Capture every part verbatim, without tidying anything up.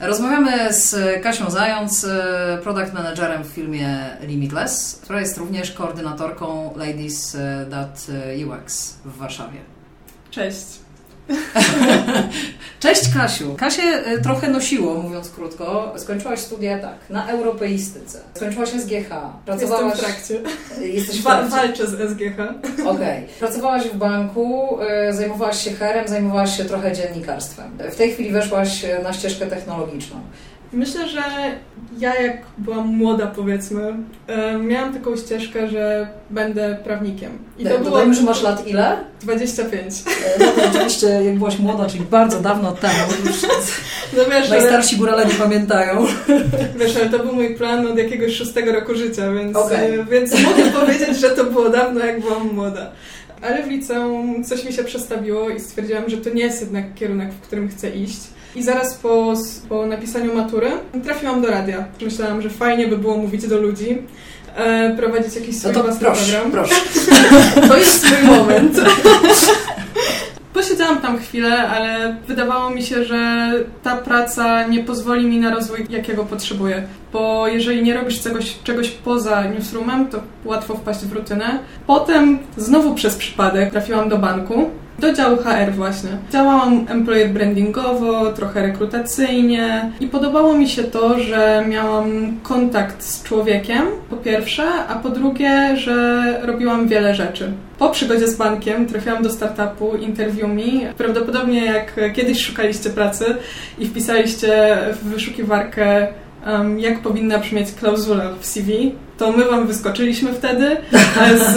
Rozmawiamy z Kasią Zając, product managerem w firmie Limitless, która jest również koordynatorką Ladies That U X w Warszawie. Cześć. Cześć Kasiu. Kasię trochę nosiło, mówiąc krótko. Skończyłaś studia tak, na europeistyce. Skończyłaś S G H. Pracowałaś... Jestem w trakcie. Jesteś w trakcie. Walczę z S G H. Okej. Okay. Pracowałaś w banku, zajmowałaś się H R-em, zajmowałaś się trochę dziennikarstwem. W tej chwili weszłaś na ścieżkę technologiczną. Myślę, że ja jak byłam młoda, powiedzmy, miałam taką ścieżkę, że będę prawnikiem. I to Dodajmy, było... że masz lat ile? dwadzieścia pięć. No to oczywiście jak byłaś młoda, czyli bardzo dawno temu. Już no wiesz, najstarsi ale... górale nie pamiętają. Wiesz, ale to był mój plan od jakiegoś szóstego roku życia, więc, okay. więc mogę powiedzieć, że to było dawno, jak byłam młoda. Ale w liceum coś mi się przestawiło i stwierdziłam, że to nie jest jednak kierunek, w którym chcę iść. I zaraz po, po napisaniu matury trafiłam do radia. Myślałam, że fajnie by było mówić do ludzi, e, prowadzić jakiś swój no własny proszę, program. Proszę. To jest mój moment. Posiedziałam tam chwilę, ale wydawało mi się, że ta praca nie pozwoli mi na rozwój, jakiego potrzebuję. Bo jeżeli nie robisz czegoś, czegoś poza newsroomem, to łatwo wpaść w rutynę. Potem znowu przez przypadek trafiłam do banku, do działu H R właśnie. Działałam employer brandingowo, trochę rekrutacyjnie i podobało mi się to, że miałam kontakt z człowiekiem, po pierwsze, a po drugie, że robiłam wiele rzeczy. Po przygodzie z bankiem trafiłam do startupu Interview Me. Prawdopodobnie jak kiedyś szukaliście pracy i wpisaliście w wyszukiwarkę Um, jak powinna brzmieć klauzula w C V, to my Wam wyskoczyliśmy wtedy z,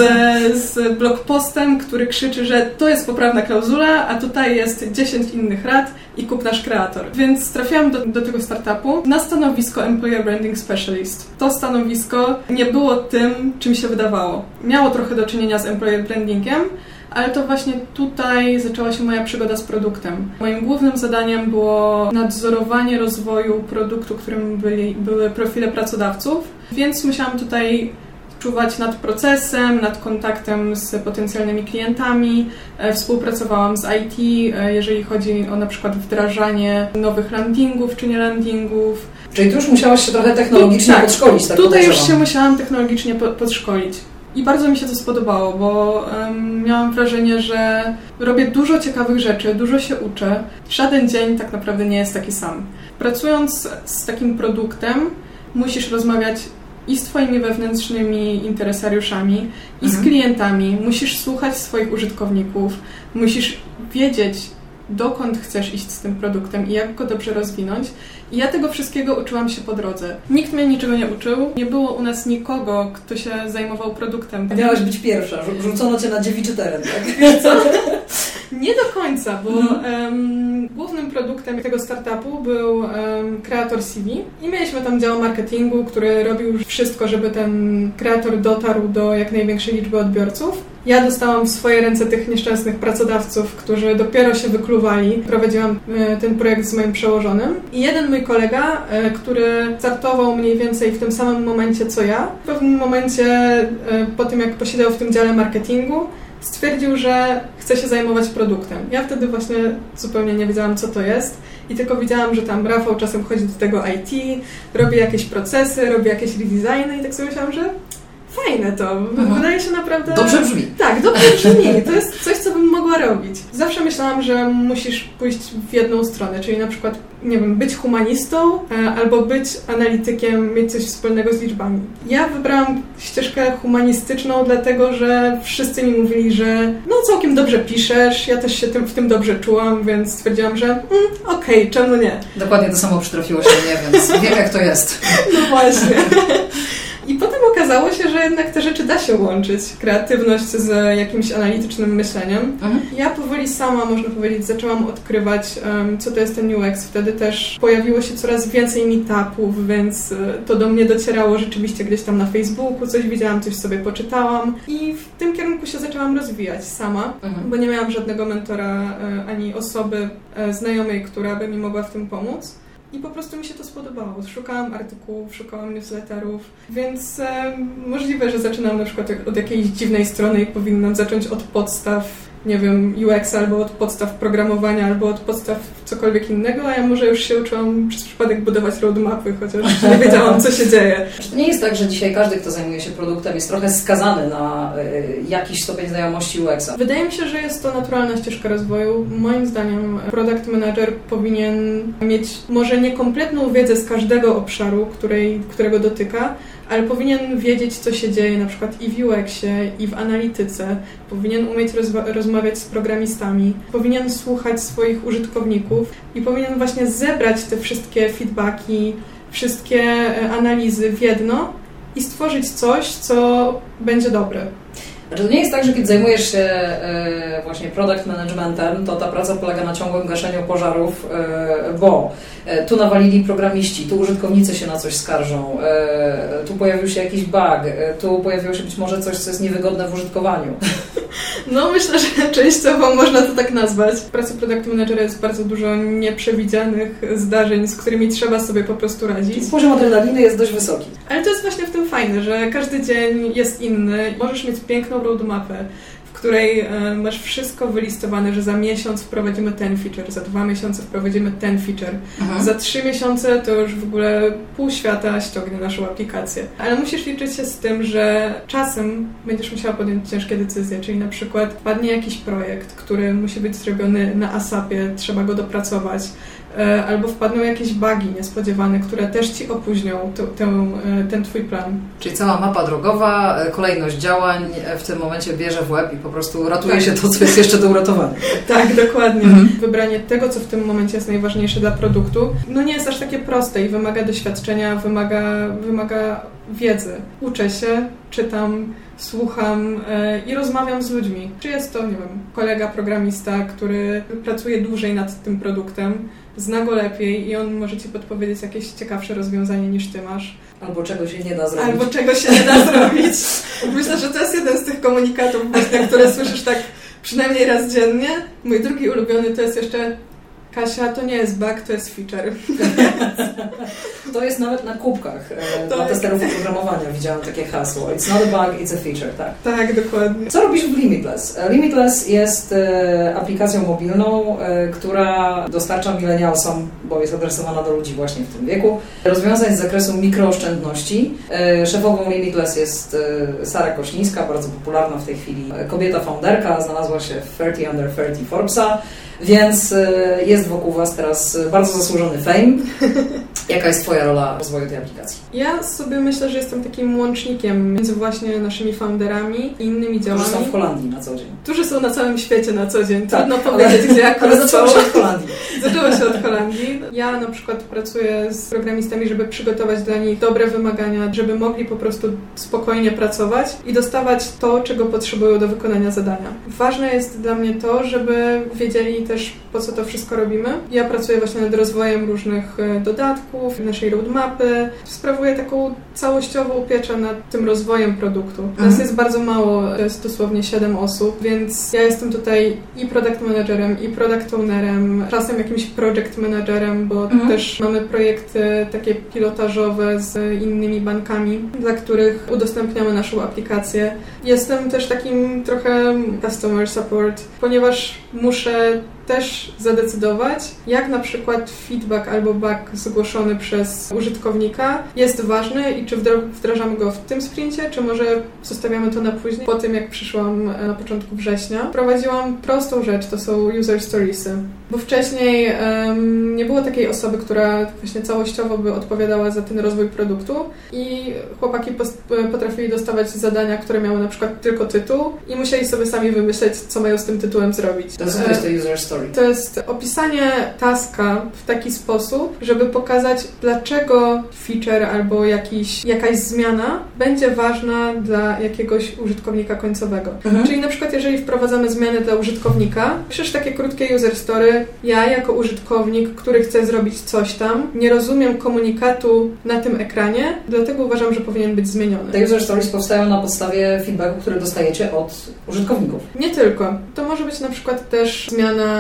z blogpostem, który krzyczy, że to jest poprawna klauzula, a tutaj jest dziesięć innych rad i kup nasz kreator. Więc trafiłam do, do tego startupu na stanowisko Employer Branding Specialist. To stanowisko nie było tym, czym się wydawało. Miało trochę do czynienia z employer brandingiem, ale to właśnie tutaj zaczęła się moja przygoda z produktem. Moim głównym zadaniem było nadzorowanie rozwoju produktu, którym byli, były profile pracodawców, więc musiałam tutaj czuwać nad procesem, nad kontaktem z potencjalnymi klientami. Współpracowałam z I T, jeżeli chodzi o na przykład wdrażanie nowych landingów czy nie landingów. Czyli tu już musiałaś się trochę technologicznie tak, podszkolić. Tak tutaj już się musiałam technologicznie po- podszkolić. I bardzo mi się to spodobało, bo um, miałam wrażenie, że robię dużo ciekawych rzeczy, dużo się uczę. Żaden dzień tak naprawdę nie jest taki sam. Pracując z takim produktem, musisz rozmawiać i z Twoimi wewnętrznymi interesariuszami, i mhm. z klientami. Musisz słuchać swoich użytkowników, musisz wiedzieć, dokąd chcesz iść z tym produktem i jak go dobrze rozwinąć. I ja tego wszystkiego uczyłam się po drodze. Nikt mnie niczego nie uczył. Nie było u nas nikogo, kto się zajmował produktem. Miałaś być pierwsza. Rzucono cię na dziewiczy teren, tak? Wiesz co? Nie do końca, bo um, głównym produktem tego startupu był um, kreator C V i mieliśmy tam dział marketingu, który robił już wszystko, żeby ten kreator dotarł do jak największej liczby odbiorców. Ja dostałam w swoje ręce tych nieszczęsnych pracodawców, którzy dopiero się wykluwali. Prowadziłam e, ten projekt z moim przełożonym i jeden mój kolega, e, który startował mniej więcej w tym samym momencie co ja, w pewnym momencie e, po tym jak posiedział w tym dziale marketingu, stwierdził, że chce się zajmować produktem. Ja wtedy właśnie zupełnie nie wiedziałam, co to jest i tylko widziałam, że tam Rafał czasem chodzi do tego I T, robi jakieś procesy, robi jakieś redesigny i tak sobie myślałam, że fajne to. Mhm. Wydaje się naprawdę... Dobrze brzmi. Tak, dobrze brzmi. To jest coś, co bym mogła robić. Zawsze myślałam, że musisz pójść w jedną stronę, czyli na przykład, nie wiem, być humanistą albo być analitykiem, mieć coś wspólnego z liczbami. Ja wybrałam ścieżkę humanistyczną, dlatego że wszyscy mi mówili, że no całkiem dobrze piszesz, ja też się tym, w tym dobrze czułam, więc stwierdziłam, że mm, okej, okay, czemu nie? Dokładnie to samo przytrafiło się mnie, więc wiem jak to jest. No właśnie. I potem okazało się, że jednak te rzeczy da się łączyć. Kreatywność z jakimś analitycznym myśleniem. Mhm. Ja powoli sama, można powiedzieć, zaczęłam odkrywać, um, co to jest ten U X. Wtedy też pojawiło się coraz więcej meetupów, więc to do mnie docierało rzeczywiście gdzieś tam na Facebooku. Coś widziałam, coś sobie poczytałam. I w tym kierunku się zaczęłam rozwijać sama, mhm. bo nie miałam żadnego mentora ani osoby znajomej, która by mi mogła w tym pomóc. I po prostu mi się to spodobało. Szukałam artykułów, szukałam newsletterów, więc e, możliwe, że zaczynam na przykład od jakiejś dziwnej strony i powinnam zacząć od podstaw, nie wiem, U X albo od podstaw programowania, albo od podstaw cokolwiek innego, a ja może już się uczyłam przez przypadek budować roadmapy, chociaż nie wiedziałam, co się dzieje. Czy to nie jest tak, że dzisiaj każdy, kto zajmuje się produktem, jest trochę skazany na y, jakiś stopień znajomości U X-a? Wydaje mi się, że jest to naturalna ścieżka rozwoju. Moim zdaniem product manager powinien mieć może nie kompletną wiedzę z każdego obszaru, której, którego dotyka, ale powinien wiedzieć, co się dzieje na przykład i w U X-ie, i w analityce. Powinien umieć rozwa- rozmawiać z programistami, powinien słuchać swoich użytkowników i powinien właśnie zebrać te wszystkie feedbacki, wszystkie analizy w jedno i stworzyć coś, co będzie dobre. Znaczy, to nie jest tak, że kiedy zajmujesz się e, właśnie product managementem, to ta praca polega na ciągłym gaszeniu pożarów, e, bo e, tu nawalili programiści, tu użytkownicy się na coś skarżą, e, tu pojawił się jakiś bug, e, tu pojawiło się być może coś, co jest niewygodne w użytkowaniu. No myślę, że częściowo można to tak nazwać. W pracy product managera jest bardzo dużo nieprzewidzianych zdarzeń, z którymi trzeba sobie po prostu radzić. Poziom adrenaliny jest dość wysoki. Ale to jest właśnie w tym fajne, że każdy dzień jest inny. Możesz mieć piękną roadmapę, w której masz wszystko wylistowane, że za miesiąc wprowadzimy ten feature, za dwa miesiące wprowadzimy ten feature, mhm. za trzy miesiące to już w ogóle pół świata ściągnie naszą aplikację. Ale musisz liczyć się z tym, że czasem będziesz musiała podjąć ciężkie decyzje, czyli na przykład wpadnie jakiś projekt, który musi być zrobiony na asapie, trzeba go dopracować, albo wpadną jakieś bugi niespodziewane, które też Ci opóźnią t- ten, ten Twój plan. Czyli cała mapa drogowa, kolejność działań w tym momencie bierze w łeb i po prostu ratuje tak. się to, co jest jeszcze do uratowania. Tak, dokładnie. Mhm. Wybranie tego, co w tym momencie jest najważniejsze dla produktu, no nie jest aż takie proste i wymaga doświadczenia, wymaga, wymaga wiedzy. Uczę się, czytam, słucham e, i rozmawiam z ludźmi. Czy jest to, nie wiem, kolega programista, który pracuje dłużej nad tym produktem, zna go lepiej i on może Ci podpowiedzieć jakieś ciekawsze rozwiązanie niż Ty masz. Albo czego się nie da zrobić. Albo czego się nie da zrobić. Myślę, że to jest jeden z tych komunikatów właśnie, które słyszysz tak przynajmniej raz dziennie. Mój drugi ulubiony to jest jeszcze: Kasia, to nie jest bug, to jest feature. To jest nawet na kubkach e, dla testerów oprogramowania widziałam takie hasło. It's not a bug, it's a feature, tak. Tak, dokładnie. Co robisz w Limitless? Limitless jest e, aplikacją mobilną, e, która dostarcza millennialsom, bo jest adresowana do ludzi właśnie w tym wieku, rozwiązań z zakresu mikrooszczędności. E, szefową Limitless jest e, Sara Koślińska, bardzo popularna w tej chwili kobieta founderka, znalazła się w trzydzieści under trzydzieści Forbesa. Więc jest wokół Was teraz bardzo zasłużony fame. Jaka jest Twoja rola w rozwoju tej aplikacji? Ja sobie myślę, że jestem takim łącznikiem między właśnie naszymi founderami i innymi działami. Którzy są w Holandii na co dzień. Którzy są na całym świecie na co dzień. Tak, trudno powiedzieć, ale, gdzie akurat ale zaczęło się od Holandii. Zaczęło się od Holandii. Ja na przykład pracuję z programistami, żeby przygotować dla nich dobre wymagania, żeby mogli po prostu spokojnie pracować i dostawać to, czego potrzebują do wykonania zadania. Ważne jest dla mnie to, żeby wiedzieli też, po co to wszystko robimy. Ja pracuję właśnie nad rozwojem różnych dodatków, naszej roadmapy. Sprawuję taką całościową pieczę nad tym rozwojem produktu. Nas mhm. jest bardzo mało, to jest dosłownie siedem osób, więc ja jestem tutaj i product managerem, i product ownerem, czasem jakimś project managerem, bo mhm. też mamy projekty takie pilotażowe z innymi bankami, dla których udostępniamy naszą aplikację. Jestem też takim trochę customer support, ponieważ muszę też zadecydować, jak na przykład feedback albo bug zgłoszony przez użytkownika jest ważny i czy wdrażamy go w tym sprincie, czy może zostawiamy to na później. Po tym, jak przyszłam na początku września, wprowadziłam prostą rzecz, to są user storiesy. Bo wcześniej um, nie było takiej osoby, która właśnie całościowo by odpowiadała za ten rozwój produktu i chłopaki potrafili dostawać zadania, które miały na przykład tylko tytuł i musieli sobie sami wymyśleć, co mają z tym tytułem zrobić. To jest to user story. To jest opisanie taska w taki sposób, żeby pokazać, dlaczego feature albo jakiś, jakaś zmiana będzie ważna dla jakiegoś użytkownika końcowego. Mhm. Czyli na przykład, jeżeli wprowadzamy zmiany dla użytkownika, piszesz takie krótkie user story, ja jako użytkownik, który chce zrobić coś tam, nie rozumiem komunikatu na tym ekranie, dlatego uważam, że powinien być zmieniony. Te user stories powstają na podstawie feedbacku, który dostajecie od użytkowników. Nie tylko. To może być na przykład też zmiana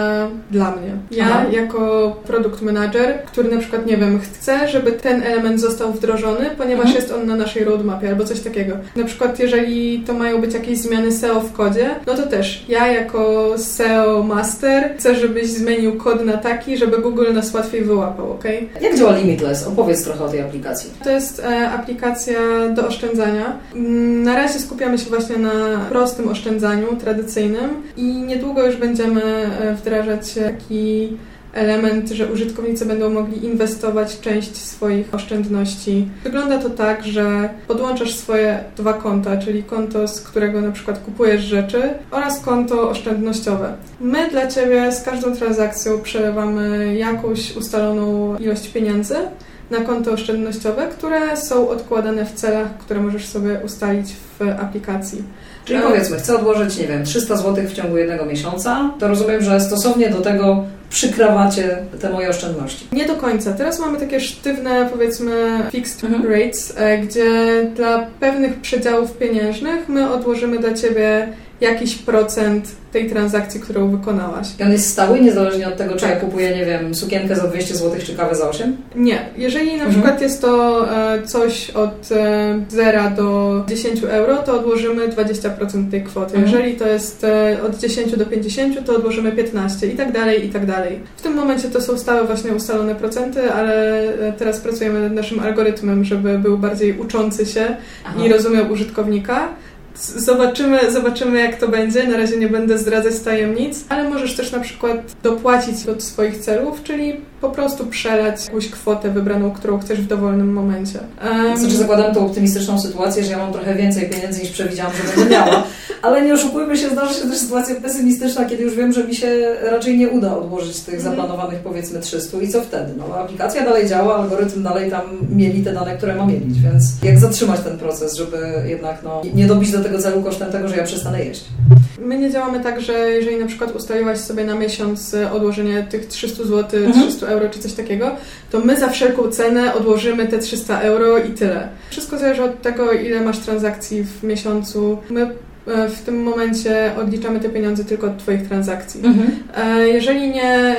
ważna dla mnie. Ja Aha. jako product manager, który na przykład, nie wiem, chcę, żeby ten element został wdrożony, ponieważ mhm. jest on na naszej roadmapie albo coś takiego. Na przykład jeżeli to mają być jakieś zmiany S E O w kodzie, no to też ja jako S E O master chcę, żebyś zmienił kod na taki, żeby Google nas łatwiej wyłapał, ok? Jak działa Limitless? Opowiedz trochę o tej aplikacji. To jest e, aplikacja do oszczędzania. Na razie skupiamy się właśnie na prostym oszczędzaniu, tradycyjnym i niedługo już będziemy wdrażać taki element, że użytkownicy będą mogli inwestować część swoich oszczędności. Wygląda to tak, że podłączasz swoje dwa konta, czyli konto, z którego na przykład kupujesz rzeczy oraz konto oszczędnościowe. My dla Ciebie z każdą transakcją przelewamy jakąś ustaloną ilość pieniędzy na konto oszczędnościowe, które są odkładane w celach, które możesz sobie ustalić w aplikacji. Czyli powiedzmy, chcę odłożyć, nie wiem, trzysta złotych w ciągu jednego miesiąca, to rozumiem, że stosownie do tego przykrawacie te moje oszczędności. Nie do końca. Teraz mamy takie sztywne, powiedzmy, fixed mhm. rates, gdzie dla pewnych przedziałów pieniężnych my odłożymy dla Ciebie jakiś procent tej transakcji, którą wykonałaś. I on jest stały, niezależnie od tego, czy tak. ja kupuję, nie wiem, sukienkę za dwieście złotych, czy kawę za osiem? Nie. Jeżeli na mhm. przykład jest to e, coś od e, zera do dziesięciu euro, to odłożymy dwadzieścia procent tej kwoty. Mhm. Jeżeli to jest e, od dziesięciu do pięćdziesięciu, to odłożymy piętnaście i tak dalej, i tak dalej. W tym momencie to są stałe właśnie ustalone procenty, ale e, teraz pracujemy nad naszym algorytmem, żeby był bardziej uczący się Aha. i rozumiał użytkownika. Zobaczymy, zobaczymy jak to będzie. Na razie nie będę zdradzać tajemnic, ale możesz też na przykład dopłacić od swoich celów, czyli po prostu przelać jakąś kwotę wybraną, którą chcesz w dowolnym momencie. Um, znaczy zakładam tą optymistyczną sytuację, że ja mam trochę więcej pieniędzy niż przewidziałam, że będę miała, ale nie oszukujmy się, zdarzy się też sytuacja pesymistyczna, kiedy już wiem, że mi się raczej nie uda odłożyć tych zaplanowanych powiedzmy trzystu i co wtedy? No aplikacja dalej działa, algorytm dalej tam mieli te dane, które ma mielić, więc jak zatrzymać ten proces, żeby jednak no, nie dobić do tego celu kosztem tego, że ja przestanę jeść. My nie działamy tak, że jeżeli na przykład ustaliłaś sobie na miesiąc odłożenie tych trzysta złotych, mhm. trzysta euro czy coś takiego, to my za wszelką cenę odłożymy te trzysta euro i tyle. Wszystko zależy od tego, ile masz transakcji w miesiącu. My w tym momencie odliczamy te pieniądze tylko od Twoich transakcji. Mhm. Jeżeli nie,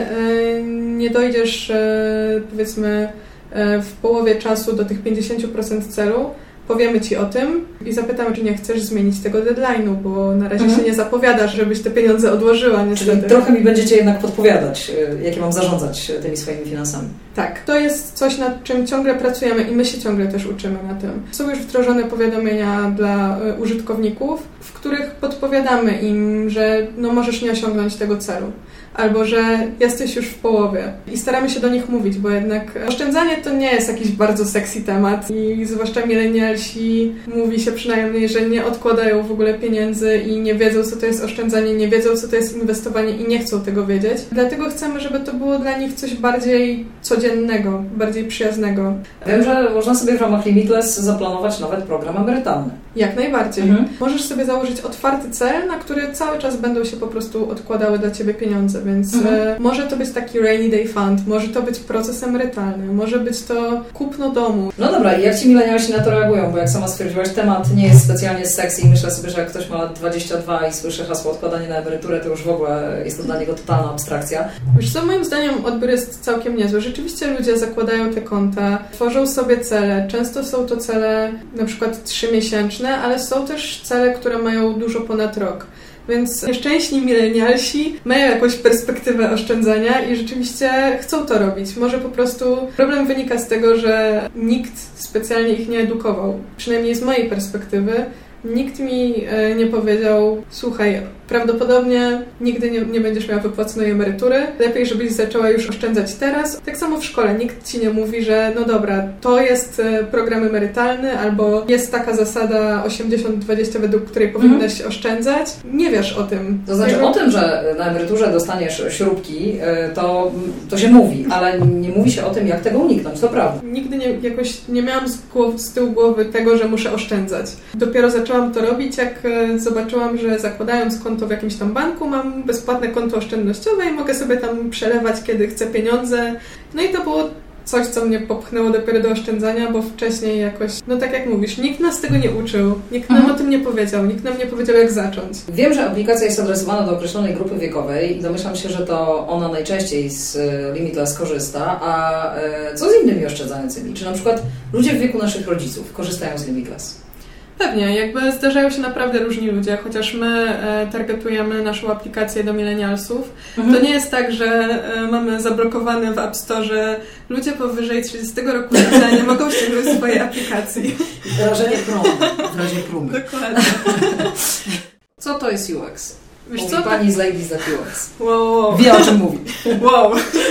nie dojdziesz powiedzmy w połowie czasu do tych pięćdziesiąt procent celu, powiemy Ci o tym i zapytamy, czy nie chcesz zmienić tego deadline'u, bo na razie mhm. się nie zapowiadasz, żebyś te pieniądze odłożyła niestety. Czyli trochę mi będziecie jednak podpowiadać, jakie mam zarządzać tymi swoimi finansami. Tak. To jest coś, nad czym ciągle pracujemy i my się ciągle też uczymy na tym. Są już wdrożone powiadomienia dla użytkowników, w których podpowiadamy im, że no możesz nie osiągnąć tego celu. Albo że jesteś już w połowie. I staramy się do nich mówić, bo jednak oszczędzanie to nie jest jakiś bardzo sexy temat i zwłaszcza milenialsi mówi się przynajmniej, że nie odkładają w ogóle pieniędzy i nie wiedzą, co to jest oszczędzanie, nie wiedzą, co to jest inwestowanie i nie chcą tego wiedzieć. Dlatego chcemy, żeby to było dla nich coś bardziej codziennego, bardziej przyjaznego. Wiem, że można sobie w ramach Limitless zaplanować nawet program emerytalny. Jak najbardziej. Mhm. Możesz sobie założyć otwarty cel, na który cały czas będą się po prostu odkładały dla Ciebie pieniądze. Więc mhm. e, może to być taki rainy day fund, może to być proces emerytalny, może być to kupno domu. No dobra, i jak ci milenialsi na to reagują? Bo jak sama stwierdziłaś, temat nie jest specjalnie sexy i myślę sobie, że jak ktoś ma lat dwadzieścia dwa i słyszy hasło odkładanie na emeryturę, to już w ogóle jest to dla niego totalna abstrakcja. Wiesz co, moim zdaniem odbiór jest całkiem niezły. Rzeczywiście ludzie zakładają te konta, tworzą sobie cele. Często są to cele na przykład trzymiesięczne, ale są też cele, które mają dużo ponad rok. Więc nieszczęśni milenialsi mają jakąś perspektywę oszczędzania i rzeczywiście chcą to robić. Może po prostu problem wynika z tego, że nikt specjalnie ich nie edukował. Przynajmniej z mojej perspektywy. Nikt mi nie powiedział, słuchaj, prawdopodobnie nigdy nie, nie będziesz miała wypłaconej emerytury. Lepiej, żebyś zaczęła już oszczędzać teraz. Tak samo w szkole. Nikt Ci nie mówi, że no dobra, to jest program emerytalny albo jest taka zasada osiemdziesiąt dwadzieścia, według której powinnaś mhm. oszczędzać. Nie wiesz o tym. To znaczy o tym, że na emeryturze dostaniesz śrubki, to, to się mówi, ale nie mówi się o tym, jak tego uniknąć. To prawda. Nigdy nie, jakoś nie miałam z, głow, z tyłu głowy tego, że muszę oszczędzać. Dopiero zaczęłam to robić, jak zobaczyłam, że zakładając konto w jakimś tam banku mam bezpłatne konto oszczędnościowe i mogę sobie tam przelewać, kiedy chcę pieniądze. No i to było coś, co mnie popchnęło dopiero do oszczędzania, bo wcześniej jakoś, no tak jak mówisz, nikt nas tego nie uczył, nikt nam mhm. o tym nie powiedział, nikt nam nie powiedział, jak zacząć. Wiem, że aplikacja jest adresowana do określonej grupy wiekowej i domyślam się, że to ona najczęściej z Limitless korzysta, a co z innymi oszczędzającymi? Czy na przykład ludzie w wieku naszych rodziców korzystają z Limitless? Pewnie, jakby zdarzają się naprawdę różni ludzie, chociaż my e, targetujemy naszą aplikację do milenialsów. Mhm. To nie jest tak, że e, mamy zablokowane w App Store ludzie powyżej trzydziestego roku życia nie mogą ściągnąć swojej aplikacji. Wrażenie promu, w razie próby. Dokładnie. Co to jest U X? Wiesz Mówi co? pani z Ladies at U X. Wow, wow. Wie, o czym mówi. Wow.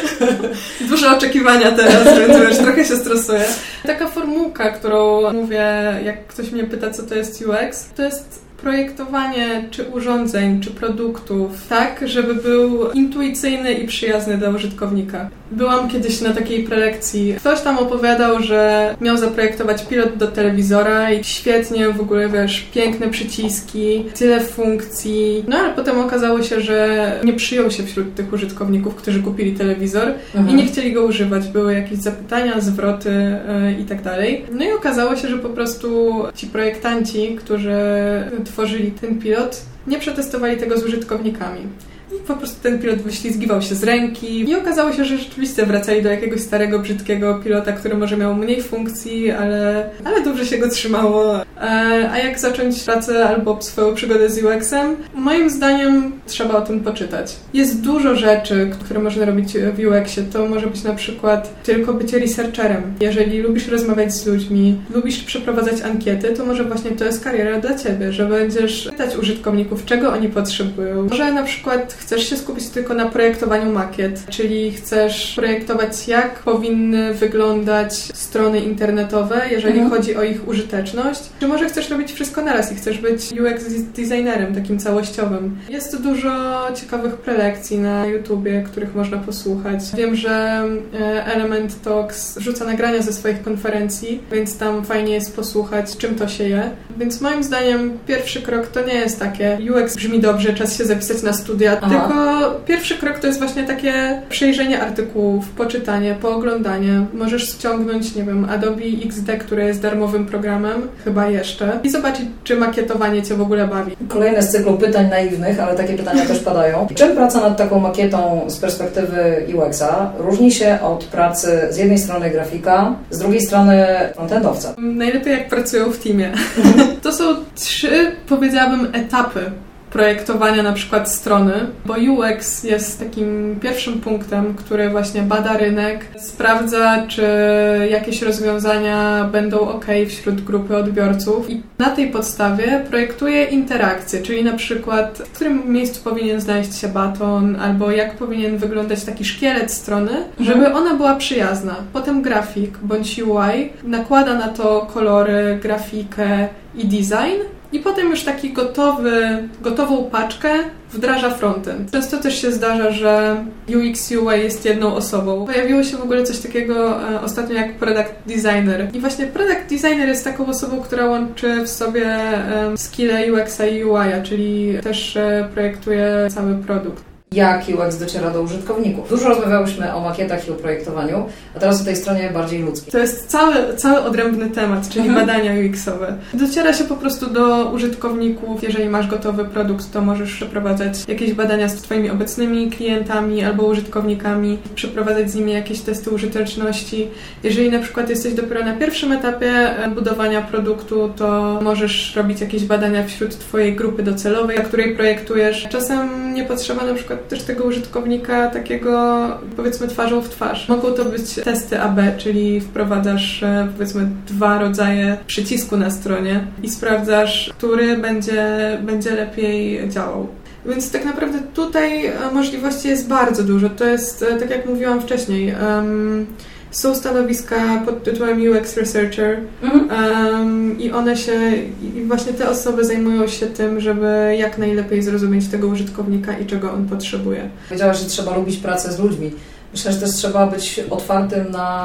Duże oczekiwania teraz, więc wiesz, trochę się stresuję. Taka formułka, którą mówię, jak ktoś mnie pyta, co to jest U X, to jest projektowanie czy urządzeń, czy produktów tak, żeby był intuicyjny i przyjazny dla użytkownika. Byłam kiedyś na takiej prelekcji. Ktoś tam opowiadał, że miał zaprojektować pilot do telewizora i świetnie, w ogóle wiesz, piękne przyciski, tyle funkcji. No ale potem okazało się, że nie przyjął się wśród tych użytkowników, którzy kupili telewizor mhm. i nie chcieli go używać. Były jakieś zapytania, zwroty yy, i tak dalej. No i okazało się, że po prostu ci projektanci, którzy tworzyli ten pilot, nie przetestowali tego z użytkownikami. I po prostu ten pilot wyślizgiwał się z ręki i okazało się, że rzeczywiście wracali do jakiegoś starego, brzydkiego pilota, który może miał mniej funkcji, ale, ale dobrze się go trzymało. A jak zacząć pracę albo swoją przygodę z U X-em? Moim zdaniem trzeba o tym poczytać. Jest dużo rzeczy, które można robić w U X-ie. To może być na przykład tylko bycie researcherem. Jeżeli lubisz rozmawiać z ludźmi, lubisz przeprowadzać ankiety, to może właśnie to jest kariera dla Ciebie, że będziesz pytać użytkowników, czego oni potrzebują. Może na przykład chcesz się skupić tylko na projektowaniu makiet, czyli chcesz projektować, jak powinny wyglądać strony internetowe, jeżeli mhm. chodzi o ich użyteczność, czy może chcesz robić wszystko naraz i chcesz być U X designerem takim całościowym. Jest dużo ciekawych prelekcji na YouTubie, których można posłuchać. Wiem, że Element Talks rzuca nagrania ze swoich konferencji, więc tam fajnie jest posłuchać, czym to się je. Więc moim zdaniem pierwszy krok to nie jest takie U X brzmi dobrze, czas się zapisać na studia, Aha. tylko pierwszy krok to jest właśnie takie przejrzenie artykułów, poczytanie, pooglądanie. Możesz ściągnąć, nie wiem, Adobe X D, które jest darmowym programem, chyba jeszcze, i zobaczyć, czy makietowanie Cię w ogóle bawi. Kolejne z cyklu pytań naiwnych, ale takie pytania też padają. Czym praca nad taką makietą z perspektywy U X-a różni się od pracy z jednej strony grafika, z drugiej strony frontendowca? Najlepiej jak pracują w teamie. To są trzy, powiedziałabym, etapy projektowania na przykład strony, bo U X jest takim pierwszym punktem, który właśnie bada rynek, sprawdza, czy jakieś rozwiązania będą ok wśród grupy odbiorców i na tej podstawie projektuje interakcje, czyli na przykład w którym miejscu powinien znaleźć się baton, albo jak powinien wyglądać taki szkielet strony, żeby ona była przyjazna. Potem grafik bądź U I nakłada na to kolory, grafikę i design, i potem już taki gotowy, gotową paczkę wdraża frontend. Często też się zdarza, że U X U I jest jedną osobą. Pojawiło się w ogóle coś takiego e, ostatnio jak product designer. I właśnie product designer jest taką osobą, która łączy w sobie e, skille U X-a i U I-a, czyli też e, projektuje cały produkt. Jak U X dociera do użytkowników. Dużo rozmawiałyśmy o makietach i o projektowaniu, a teraz o tej stronie bardziej ludzkiej. To jest cały, cały odrębny temat, czyli mhm. badania U X-owe. Dociera się po prostu do użytkowników. Jeżeli masz gotowy produkt, to możesz przeprowadzać jakieś badania z Twoimi obecnymi klientami albo użytkownikami, przeprowadzać z nimi jakieś testy użyteczności. Jeżeli na przykład jesteś dopiero na pierwszym etapie budowania produktu, to możesz robić jakieś badania wśród Twojej grupy docelowej, dla której projektujesz. Czasem nie potrzeba na przykład też tego użytkownika takiego, powiedzmy, twarzą w twarz. Mogą to być testy A B, czyli wprowadzasz, powiedzmy, dwa rodzaje przycisku na stronie i sprawdzasz, który będzie, będzie lepiej działał. Więc tak naprawdę tutaj możliwości jest bardzo dużo. To jest, tak jak mówiłam wcześniej, um, są stanowiska pod tytułem U X Researcher mhm. um, i one się, i właśnie te osoby zajmują się tym, żeby jak najlepiej zrozumieć tego użytkownika i czego on potrzebuje. Powiedziałaś, że trzeba lubić pracę z ludźmi. Myślę, że też trzeba być otwartym na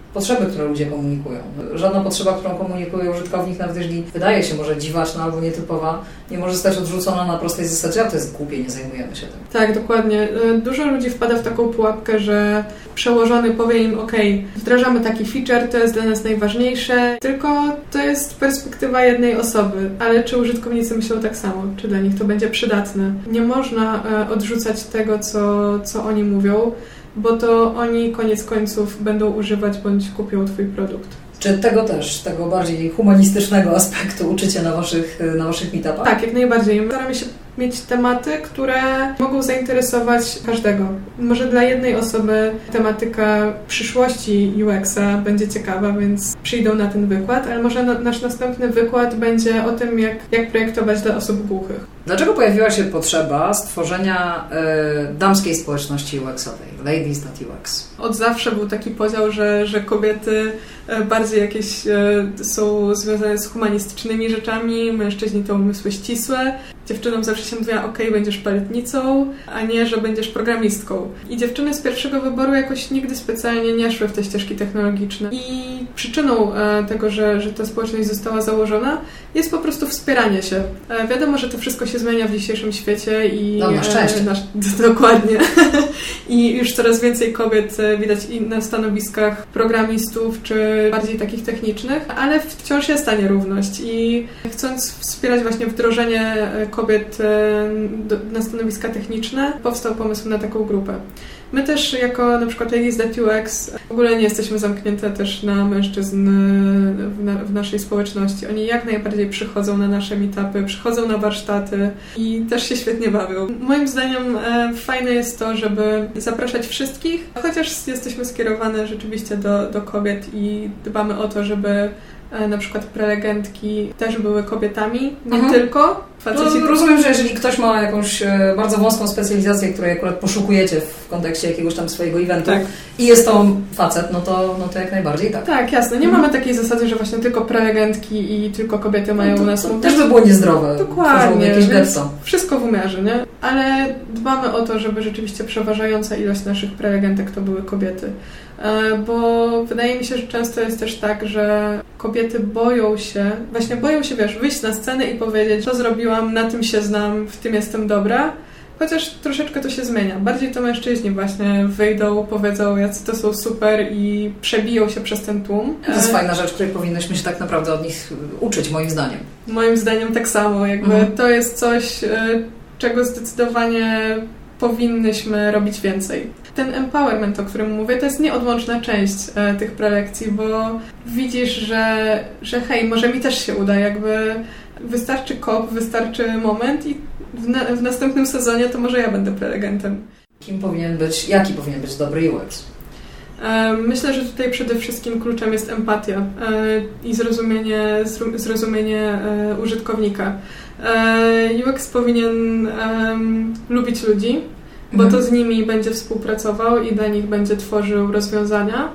potrzeby, które ludzie komunikują. Żadna potrzeba, którą komunikuje użytkownik, nawet jeżeli wydaje się może dziwaczna albo nietypowa, nie może zostać odrzucona na prostej zasadzie, a to jest głupie, nie zajmujemy się tym. Tak, dokładnie. Dużo ludzi wpada w taką pułapkę, że przełożony powie im, ok, wdrażamy taki feature, to jest dla nas najważniejsze, tylko to jest perspektywa jednej osoby, ale czy użytkownicy myślą tak samo? Czy dla nich to będzie przydatne? Nie można odrzucać tego, co, co oni mówią, bo to oni koniec końców będą używać bądź kupią Twój produkt. Czy tego też, tego bardziej humanistycznego aspektu uczycie na Waszych, na waszych meetupach? Tak, jak najbardziej. Staramy się mieć tematy, które mogą zainteresować każdego. Może dla jednej osoby tematyka przyszłości U X-a będzie ciekawa, więc przyjdą na ten wykład, ale może na, nasz następny wykład będzie o tym, jak, jak projektować dla osób głuchych. Dlaczego pojawiła się potrzeba stworzenia y, damskiej społeczności U X-owej, Ladies dot U X? Od zawsze był taki podział, że, że kobiety bardziej jakieś są związane z humanistycznymi rzeczami, mężczyźni to umysły ścisłe. Dziewczynom zawsze się mówiła, ok, będziesz paletnicą, a nie, że będziesz programistką. I dziewczyny z pierwszego wyboru jakoś nigdy specjalnie nie szły w te ścieżki technologiczne. I przyczyną tego, że, że ta społeczność została założona, jest po prostu wspieranie się. Wiadomo, że to wszystko się zmienia w dzisiejszym świecie i... No, na szczęście. Na, dokładnie. I już coraz więcej kobiet widać i na stanowiskach programistów, czy bardziej takich technicznych, ale wciąż jest ta nierówność i chcąc wspierać właśnie wdrożenie kobiet na stanowiska techniczne, powstał pomysł na taką grupę. My też jako na przykład Ladies dot U X w ogóle nie jesteśmy zamknięte też na mężczyzn w, na, w naszej społeczności. Oni jak najbardziej przychodzą na nasze meetupy, przychodzą na warsztaty i też się świetnie bawią. Moim zdaniem e, fajne jest to, żeby zapraszać wszystkich, chociaż jesteśmy skierowane rzeczywiście do, do kobiet i dbamy o to, żeby na przykład prelegentki też były kobietami, nie mhm. tylko faceci. Rozumiem, że jeżeli ktoś ma jakąś bardzo wąską specjalizację, której akurat poszukujecie w kontekście jakiegoś tam swojego eventu tak. i jest to facet, no to, no to jak najbardziej tak. Tak, jasne. Nie mhm. mamy takiej zasady, że właśnie tylko prelegentki i tylko kobiety mają no to, u nas to mówić. Też by było niezdrowe. Dokładnie. Jakieś getto. Wszystko w umiarze, nie? Ale dbamy o to, żeby rzeczywiście przeważająca ilość naszych prelegentek to były kobiety. Bo wydaje mi się, że często jest też tak, że kobiety boją się, właśnie boją się, wiesz, wyjść na scenę i powiedzieć, co zrobiłam, na tym się znam, w tym jestem dobra, chociaż troszeczkę to się zmienia. Bardziej to mężczyźni właśnie wyjdą, powiedzą, jacy to są super i przebiją się przez ten tłum. To jest fajna rzecz, której powinnyśmy się tak naprawdę od nich uczyć, moim zdaniem. Moim zdaniem tak samo, jakby mhm. to jest coś, czego zdecydowanie powinnyśmy robić więcej. Ten empowerment, o którym mówię, to jest nieodłączna część e, tych prelekcji, bo widzisz, że, że hej, może mi też się uda, jakby wystarczy kop, wystarczy moment i w, na, w następnym sezonie to może ja będę prelegentem. Kim powinien być, jaki powinien być dobry U X? E, myślę, że tutaj przede wszystkim kluczem jest empatia e, i zrozumienie, zrozumienie e, użytkownika. E, U X powinien e, lubić ludzi, bo to z nimi będzie współpracował i dla nich będzie tworzył rozwiązania.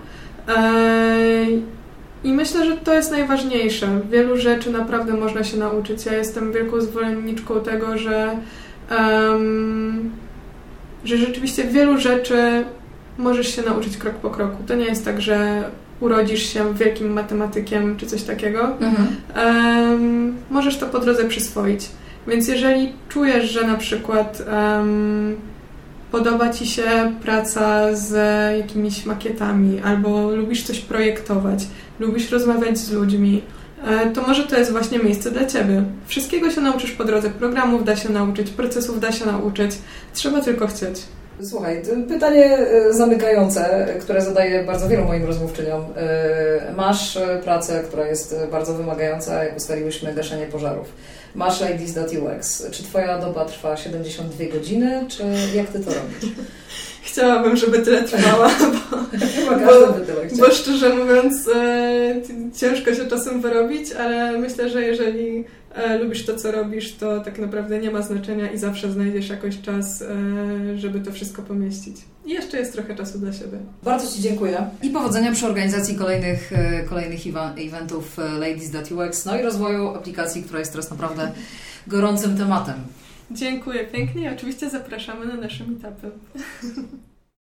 I myślę, że to jest najważniejsze. Wielu rzeczy naprawdę można się nauczyć. Ja jestem wielką zwolenniczką tego, że, um, że rzeczywiście wielu rzeczy możesz się nauczyć krok po kroku. To nie jest tak, że urodzisz się wielkim matematykiem czy coś takiego. Mhm. Um, możesz to po drodze przyswoić. Więc jeżeli czujesz, że na przykład um, podoba Ci się praca z jakimiś makietami, albo lubisz coś projektować, lubisz rozmawiać z ludźmi, to może to jest właśnie miejsce dla Ciebie. Wszystkiego się nauczysz po drodze, programów da się nauczyć, procesów da się nauczyć, trzeba tylko chcieć. Słuchaj, pytanie zamykające, które zadaję bardzo wielu moim rozmówczyniom. Masz pracę, która jest bardzo wymagająca, jak ustaliłyśmy, gaszenie pożarów. Masz Ladies dot U X. Czy Twoja doba trwa siedemdziesiąt dwie godziny, czy jak Ty to robisz? Chciałabym, żeby tyle trwała, bo, bo, bo szczerze mówiąc e, ciężko się czasem wyrobić, ale myślę, że jeżeli e, lubisz to, co robisz, to tak naprawdę nie ma znaczenia i zawsze znajdziesz jakoś czas, e, żeby to wszystko pomieścić. I jeszcze jest trochę czasu dla siebie. Bardzo Ci dziękuję i powodzenia przy organizacji kolejnych, kolejnych eventów Ladies dot U X, no i rozwoju aplikacji, która jest teraz naprawdę gorącym tematem. Dziękuję pięknie i oczywiście zapraszamy na nasze meetupy.